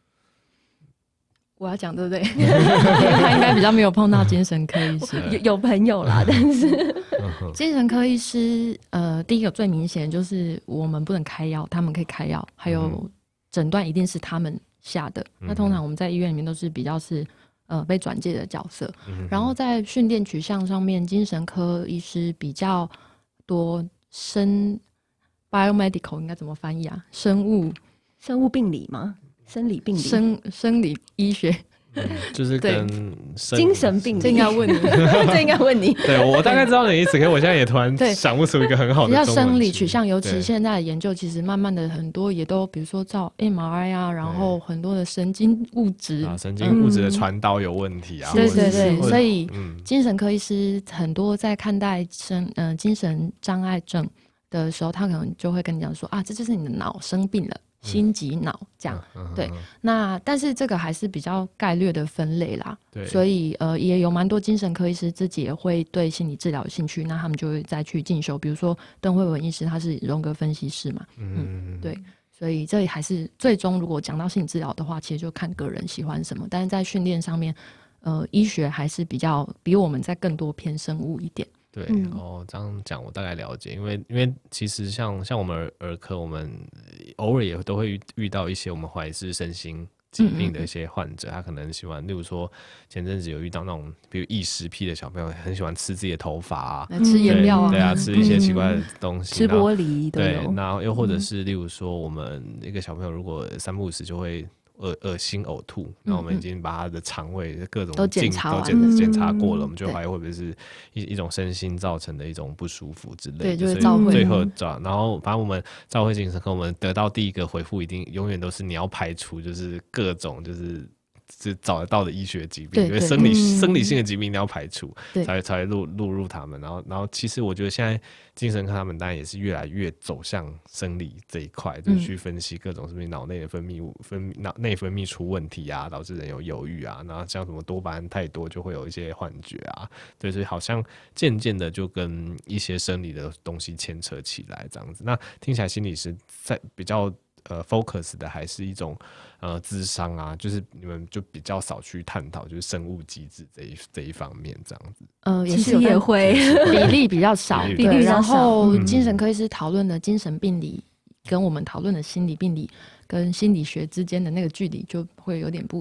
我要讲对不对？因为他应该比较没有碰到精神科医师， 有有朋友啦，但是精神科医师，呃，第一个最明显就是我们不能开药，他们可以开药，还有诊断一定是他们下的。嗯、那通常我们在医院里面都是比较是呃被转介的角色，嗯、然后在训练取向上面，精神科医师比较多生 biomedical 应该怎么翻译啊？生物生物病理吗？生理病理， 生生理医学， 嗯、就是跟精神病理， 这应该问你， 这应该问你。 对，我大概知道你的意思，可是我现在也突然想不出一个很好的中文。 比较生理取向，尤其现在的研究，其实慢慢的很多也都，比如说照 M R I 啊，然后很多的神经物质啊，神经物质的传导有问题啊。 对对对，所以、嗯、精神科医师很多在看待生呃精神障碍症的时候，他可能就会跟你讲说啊，这就是你的脑生病了。心急脑这样、嗯、对、嗯、那但是这个还是比较概略的分类啦，对，所以呃也有蛮多精神科医师自己也会对心理治疗有兴趣，那他们就会再去进修，比如说邓惠文医师他是荣格分析师嘛， 嗯, 嗯对，所以这还是最终如果讲到心理治疗的话，其实就看个人喜欢什么，但是在训练上面呃医学还是比较比我们在更多偏生物一点。 对、嗯、哦，这样讲我大概了解，因为因为其实像像我们 儿, 儿科，我们偶尔也都会 遇, 遇到一些我们怀疑是身心疾病的一些患者，嗯嗯嗯他可能喜欢，例如说前阵子有遇到那种比如异食癖的小朋友，很喜欢吃自己的头发啊， 吃颜料啊， 对啊，吃一些奇怪的东西， 嗯、吃玻璃都有， 对，然后又或者是例如说我们一个小朋友如果三不五时就会。恶恶心呕吐，然后我们已经把他的肠胃各种都检查完都检查过了，我们就怀疑会不会是一一种身心造成的一种不舒服之类的。 对，就是照会。 最后找，然后反正我们照会精神科，我们得到第一个回复，一定永远都是你要排除，就是各种就是是找得到的医学疾病，因为生理、嗯、生理性的疾病你要排除，才才录录入他们。然后然后其实我觉得现在精神科他们当然也是越来越走向生理这一块，就是去分析各种是不是脑内的分泌物分泌脑内分泌出问题啊，导致人有忧郁啊，然后像什么多巴胺太多就会有一些幻觉啊，对，所以好像渐渐的就跟一些生理的东西牵扯起来这样子。那听起来心理师在比较呃 focus 的还是一种呃諮商啊，就是你们就比较少去探讨就是生物机制这一这一方面这样子。 呃， 其实也会比例比较少， 比例比较少。 然后精神科医师讨论的精神病理跟我们讨论的心理病理跟心理学之间的那个距离就会有点不一样。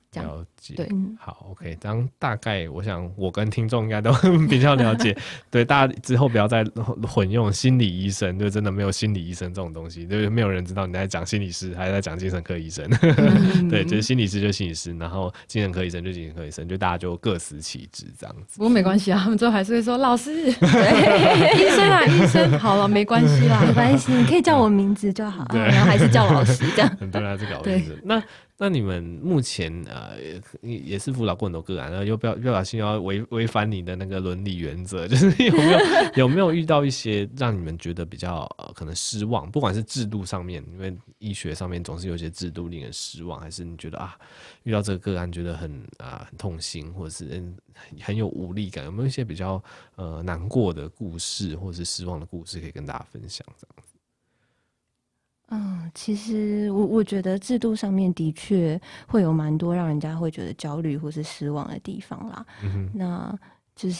这样了解， 对， 好 ，OK，这样大概我想我跟听众应该都比较了解，对，大家之后不要再混用心理医生，就真的没有心理医生这种东西，就是没有人知道你在讲心理师，还在讲精神科医生， 嗯对，就是心理师就是心理师，然后精神科医生就是精神科医生，就大家就各司其职这样子。 不过没关系啊，他们最后还是会说老师、医生啊，医生，好了，没关系啦， 没关系，你可以叫我名字就好，啊、然后还是叫老师这样。 很多人还是搞医生。那那你们目前呃也是辅导过很多个案，然后又不要不小心要违违反你的那个伦理原则，就是有没有有没有遇到一些让你们觉得比较呃可能失望，不管是制度上面，因为医学上面总是有些制度令人失望，还是你觉得啊遇到这个个案觉得很啊、呃、很痛心，或者是嗯很有无力感，有没有一些比较呃难过的故事，或者是失望的故事可以跟大家分享这样子？ 嗯，其实我我觉得制度上面的确会有蛮多让人家会觉得焦虑或是失望的地方啦。嗯、那就是，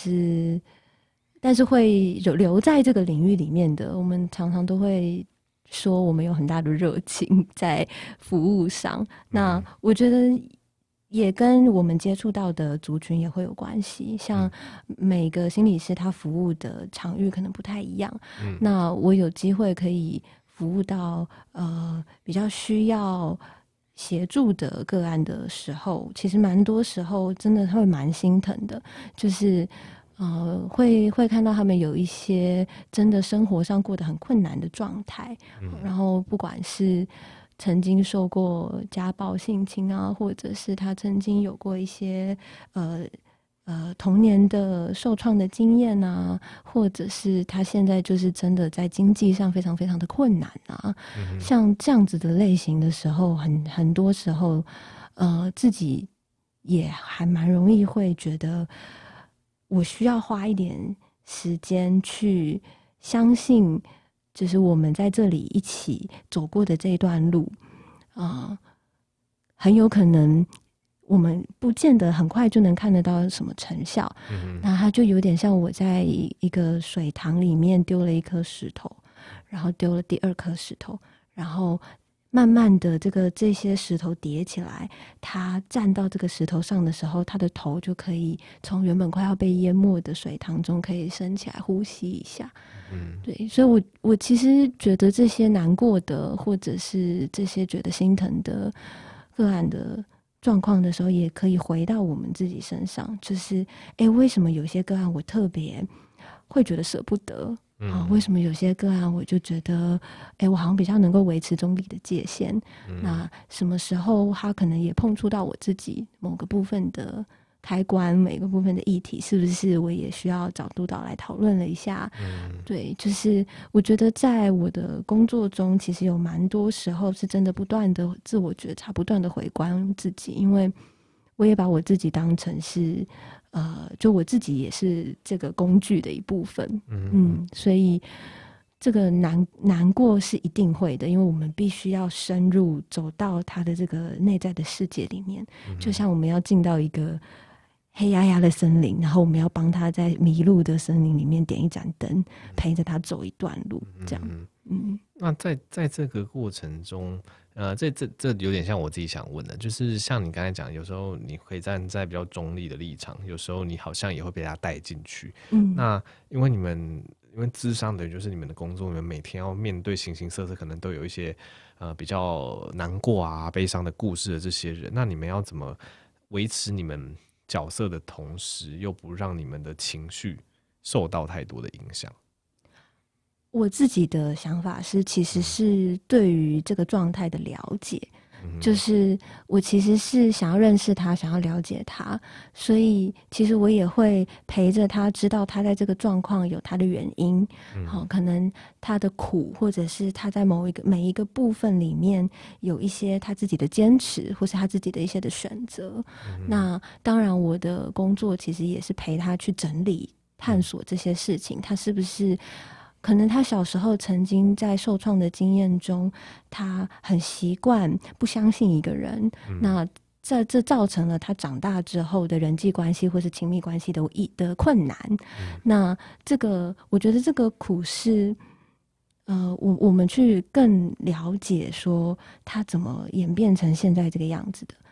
但是会留留在这个领域里面的，我们常常都会说我们有很大的热情在服务上。那我觉得也跟我们接触到的族群也会有关系，像每个心理师他服务的场域可能不太一样。嗯、那我有机会可以服务到呃比较需要协助的个案的时候，其实蛮多时候真的会蛮心疼的，就是呃会会看到他们有一些真的生活上过得很困难的状态，嗯、然后不管是曾经受过家暴性侵啊，或者是他曾经有过一些呃呃童年的受创的经验啊，或者是他现在就是真的在经济上非常非常的困难啊，嗯、像这样子的类型的时候，很很多时候呃自己也还蛮容易会觉得我需要花一点时间去相信，就是我们在这里一起走过的这一段路，啊、呃，很有可能我们不见得很快就能看得到什么成效。嗯、那它就有点像我在一个水塘里面丢了一颗石头，然后丢了第二颗石头，然后慢慢的这个这些石头叠起来，它站到这个石头上的时候，它的头就可以从原本快要被淹没的水塘中可以升起来呼吸一下。嗯，对，所以我我其实觉得这些难过的，或者是这些觉得心疼的个案的状况的时候，也可以回到我们自己身上，就是哎，为什么有些个案我特别会觉得舍不得？啊，为什么有些个案我就觉得，哎，我好像比较能够维持中立的界限？嗯、那什么时候他可能也碰触到我自己某个部分的开关，每个部分的议题，是不是我也需要找督导来讨论了一下？嗯、对，就是我觉得在我的工作中，其实有蛮多时候是真的不断的自我觉察，不断的回观自己，因为我也把我自己当成是。呃，就我自己也是这个工具的一部分，嗯, 嗯，所以这个难难过是一定会的，因为我们必须要深入走到他的这个内在的世界里面，嗯、就像我们要进到一个黑压压的森林，然后我们要帮他在迷路的森林里面点一盏灯，陪着他走一段路，这样，嗯。 嗯，那在在这个过程中，呃，这这这有点像我自己想问的，就是像你刚才讲，有时候你会站在比较中立的立场，有时候你好像也会被他带进去。嗯，那因为你们因为諮商等于就是你们的工作，你们每天要面对形形色色，可能都有一些呃比较难过啊、悲伤的故事的这些人，那你们要怎么维持你们角色的同时，又不让你们的情绪受到太多的影响？ 我自己的想法是，其实是对于这个状态的了解，嗯、就是我其实是想要认识他，想要了解他，所以其实我也会陪着他，知道他在这个状况有他的原因，好、嗯哦，可能他的苦，或者是他在某一个每一个部分里面有一些他自己的坚持，或是他自己的一些的选择。嗯、那当然，我的工作其实也是陪他去整理、探索这些事情，他是不是？可能他小时候曾经在受创的经验中，他很习惯不相信一个人，嗯、那这这造成了他长大之后的人际关系或是亲密关系的的困难。嗯、那这个我觉得这个苦是，呃，我我们去更了解说他怎么演变成现在这个样子的。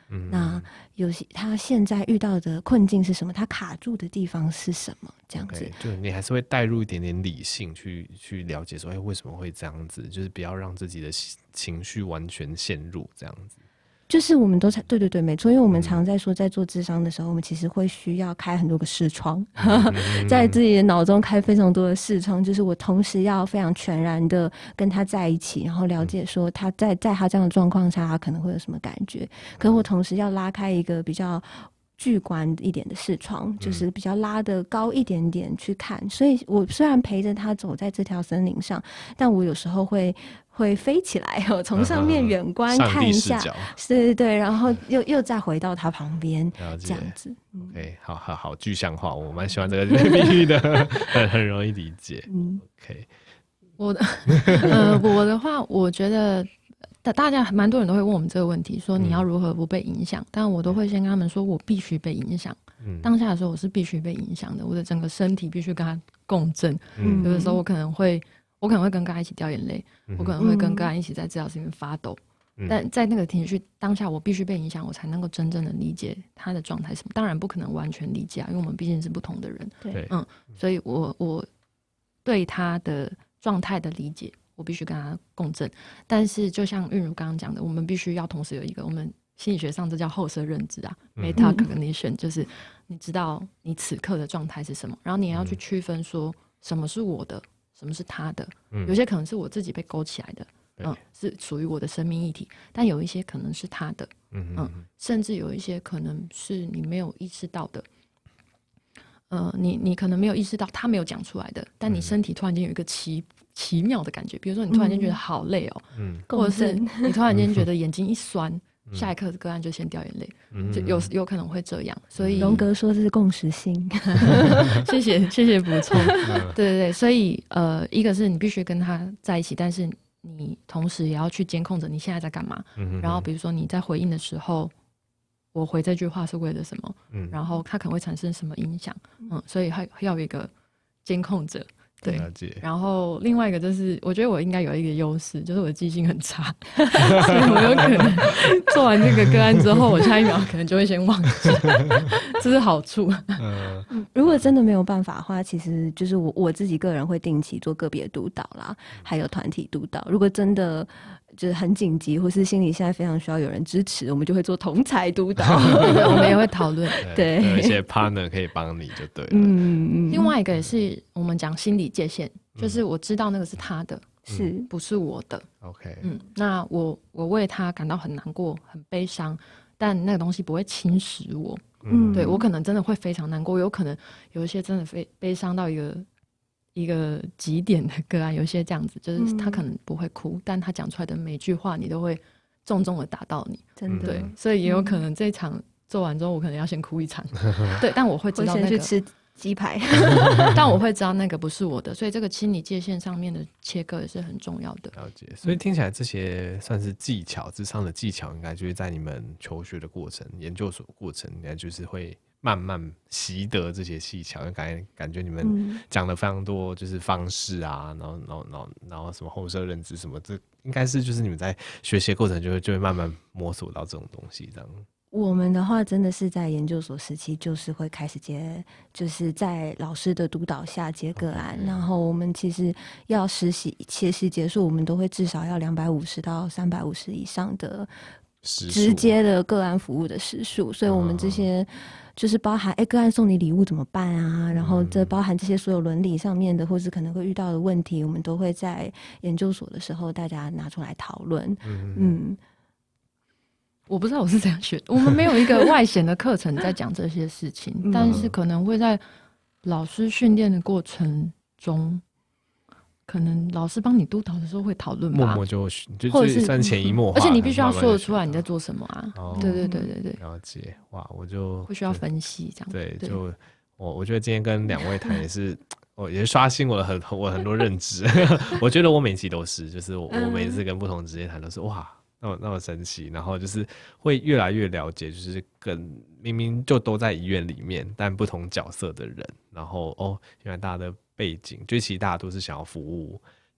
嗯， 那有些他现在遇到的困境是什么？他卡住的地方是什么？这样子， okay, 就你还是会带入一点点理性去去了解说，哎、欸，为什么会这样子？就是不要让自己的情绪完全陷入这样子。 就是我们都对对对，没错，因为我们常在说，在做諮商的时候，我们其实会需要开很多个视窗，嗯、在自己的脑中开非常多的视窗，就是我同时要非常全然的跟他在一起，然后了解说他在在他这样的状况下，他可能会有什么感觉。可是我同时要拉开一个比较巨观一点的视窗，就是比较拉得高一点点去看。所以我虽然陪着他走在这条森林上，但我有时候会会飞起来哦，从上面远观看一下，对对对，然后又又再回到他旁边，这样子。 OK， 好好好，具象化，我蛮喜欢这个比喻的，很很容易理解。嗯 ，OK， 我的呃，我的话，我觉得。大家蛮多人都会问我们这个问题，说你要如何不被影响、嗯、但我都会先跟他们说我必须被影响、嗯、当下的时候我是必须被影响的，我的整个身体必须跟他共振、嗯、有的时候我可能会我可能会跟个案一起掉眼泪、嗯、我可能会跟个案一起在治疗室里面发抖、嗯、但在那个情绪当下我必须被影响，我才能够真正的理解他的状态是什么。当然不可能完全理解、啊、因为我们毕竟是不同的人， 对， 嗯，所以我我对他的状态的理解我必须跟他共振，但是就像韵如刚刚讲的，我们必须要同时有一个，我们心理学上这叫后设认知啊、嗯、metacognition， 就是你知道你此刻的状态是什么，然后你也要去区分说什么是我的，什么是他的、嗯、有些可能是我自己被勾起来的，嗯，是属于我的生命议题，但有一些可能是他的， 嗯, 嗯，甚至有一些可能是你没有意识到的，呃，你你可能没有意识到他没有讲出来的，但你身体突然间有一个奇奇妙的感觉，比如说你突然间觉得好累哦，嗯，或者是你突然间觉得眼睛一酸，嗯、下一刻个案就先掉眼泪，嗯、就有有可能会这样。所以荣格说这是共识性， 谢谢谢谢补充，对对对，所以呃，一个是你必须跟他在一起，但是你同时也要去监控着你现在在干嘛，嗯、然后比如说你在回应的时候。我回这句话是为了什么？嗯，然后它可能会产生什么影响？嗯，所以还要有一个监控者，对。然后另外一个就是，我觉得我应该有一个优势，就是我的记性很差，所以我有可能做完这个个案之后，我下一秒可能就会先忘记，这是好处。 嗯，如果真的没有办法的话，其实就是我我自己个人会定期做个别督导啦，还有团体督导。如果真的就是很紧急，或是心里现在非常需要有人支持，我们就会做同才督导， 我们也会讨论。 对， 有一些 partner 可以帮你就对了。 嗯嗯。另外一个也是我们讲心理界限，就是我知道那个是他的， 是、 嗯、不是我的 ？OK， 嗯，那我我为他感到很难过、很悲伤，但那个东西不会侵蚀我。嗯，对我可能真的会非常难过，有可能有一些真的非悲伤到一个。一个极点的个案，有些这样子，就是他可能不会哭，嗯、但他讲出来的每句话，你都会重重的打到你， 真的。 对，所以也有可能这一场做完之后，我可能要先哭一场，对，但我会知道那个。 先去吃鸡排， 但我会知道那个不是我的，所以这个心理界限上面的切割也是很重要的。 了解，所以听起来这些算是技巧，諮商的技巧，应该就是在你们求学的过程、研究所过程，应该就是会。慢慢习得这些技巧，因为感感觉你们讲了非常多，就是方式啊，然后然后然后然后什么后设认知什么，这应该是就是你们在学习的过程就会就会慢慢摸索到这种东西，这样。 我们的话真的是在研究所时期，就是会开始接，就是在老师的督导下接个案， okay. 然后我们其实要实习实习结束，我们都会至少要两百五十到三百五十以上的直接的个案服务的时数，所以我们这些。就是包含哎、欸，个案送你礼物怎么办啊？然后这包含这些所有伦理上面的，或是可能会遇到的问题，我们都会在研究所的时候大家拿出来讨论。嗯, 嗯， 我不知道我是怎样学，我们没有一个外显的课程在讲这些事情，嗯、但是可能会在老师训练的过程中。可能老师帮你督导的时候会讨论吧， 默默就就或者是算潜移默化， 而且你必须要说得出来你在做什么啊。哦、对对对对对， 了解。哇，我就会需要分析这样。 对，对就我我觉得今天跟两位谈也是，我也是刷新我的很我很多认知。我觉得我每期都是，就是我我每次跟不同职业谈都是哇。那么那么神奇，然后就是会越来越了解，就是跟明明就都在医院里面，但不同角色的人，然后哦，原来大家的背景，就其实大家都是想要服务，就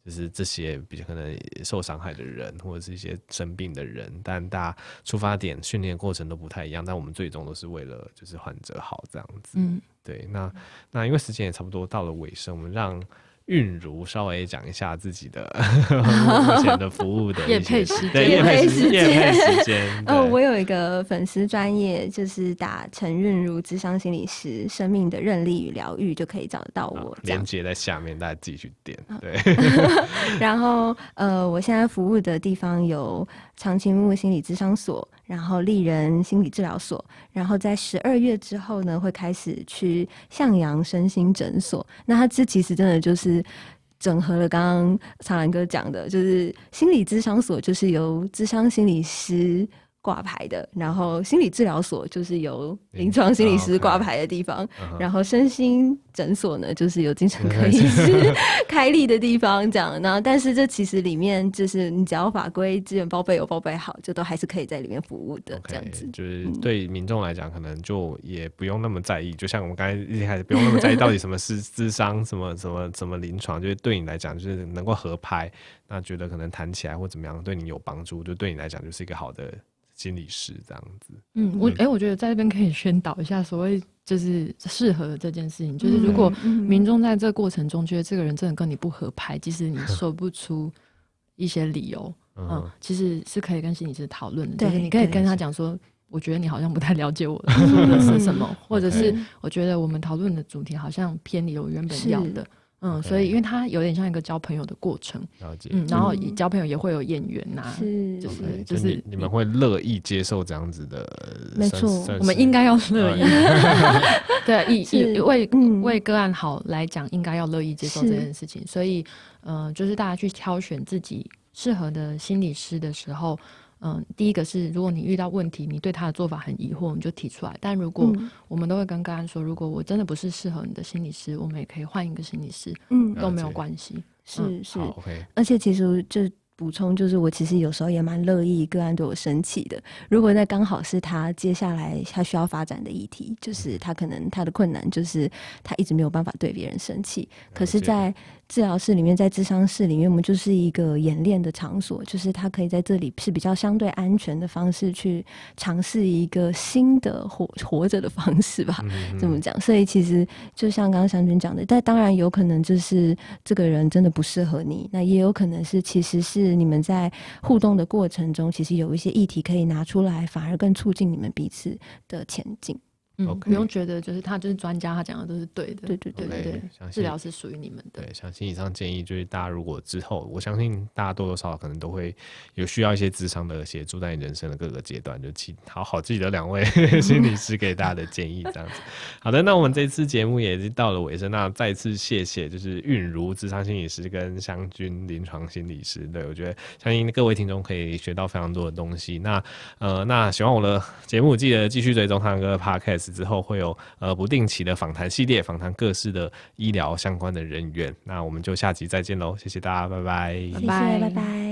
就是这些比较可能受伤害的人，或者是一些生病的人，但大家出发点、训练过程都不太一样，但我们最终都是为了就是患者好这样子。嗯，对。那那因为时间也差不多到了尾声，我们让韵如稍微讲一下自己的目前的服务的业配时间， 对，业配时间，业配时间。 哦，我有一个粉丝专业，就是打陈韵如諮商心理师生命的韧力与疗愈就可以找得到我， 连结在下面，大家自己去点。对， 然后呃，我现在服务的地方有长青木心理諮商所，然后丽人心理治疗所，然后在十二月之后呢，会开始去向阳身心诊所。那它这其实真的就是整合了刚刚苍兰哥讲的，就是心理諮商所就是由諮商心理师挂牌的，然后心理治疗所就是由临床心理师挂牌的地方，嗯 okay. 然后身心诊所呢就是由精神科医师开立的地方，这样。然后但是这其实里面就是你只要法规资源报备有报备好，就都还是可以在里面服务的， okay, 这样子。 就是对民众来讲，可能就也不用那么在意，就像我们刚才一开始不用那么在意到底什么是諮商，什么什么什么临床，就是对你来讲就是能够合拍，那觉得可能谈起来或怎么样对你有帮助，就对你来讲就是一个好的心理师这样子。 嗯，我哎、欸，我觉得在这边可以宣导一下所谓就是适合这件事情，就是如果民众在这个过程中觉得这个人真的跟你不合拍，即使你说不出一些理由，嗯, 嗯，其实是可以跟心理师讨论的，就是你可以跟他讲说，我觉得你好像不太了解我说的是什么，或者是我觉得我们讨论的主题好像偏离了我原本要的。嗯， okay. 所以因为它有点像一个交朋友的过程， 了解。 嗯，然后交朋友也会有眼缘呐、啊， 是， 就是、 okay. 就是你, 你们会乐意接受这样子的， 没错， 我们应该要乐意，对，以以为、嗯、为个案好来讲，应该要乐意接受这件事情。所以，呃，就是大家去挑选自己适合的心理师的时候。嗯，第一个是如果你遇到问题你对他的做法很疑惑你就提出来，但如果、嗯、我们都会跟个案说，如果我真的不是适合你的心理师，我们也可以换一个心理师，嗯，都没有关系。 是、嗯、是、 okay. 而且其实就补充，就是我其实有时候也蛮乐意个案对我生气的，如果那刚好是他接下来他需要发展的议题，就是他可能他的困难就是他一直没有办法对别人生气，可是在治疗室里面，在諮商室里面，我们就是一个演练的场所，就是他可以在这里是比较相对安全的方式去尝试一个新的活活着的方式吧，嗯、这么讲。所以其实就像刚刚湘君讲的，但当然有可能就是这个人真的不适合你，那也有可能是其实是你们在互动的过程中，其实有一些议题可以拿出来，反而更促进你们彼此的前进。 嗯 okay. 不用觉得就是他就是专家，他讲的都是对的。 对对对对对， 治疗是属于你们的。 对，像心理上建议就是大家如果之后，我相信大家多多少少可能都会有需要一些諮商的协助，在你人生的各个阶段，就好好记得两位心理师给大家的建议这样子。好的，那我们这次节目也是到了尾声，那再次谢谢就是韵如諮商心理师跟湘君临床心理师。对，我觉得相信各位听众可以学到非常多的东西。那呃，那喜欢我的节目，记得继续追踪苍兰哥的 Podcast。之后会有呃不定期的访谈系列，访谈各式的医疗相关的人员。那我们就下集再见喽，谢谢大家，拜拜， 拜拜，拜拜。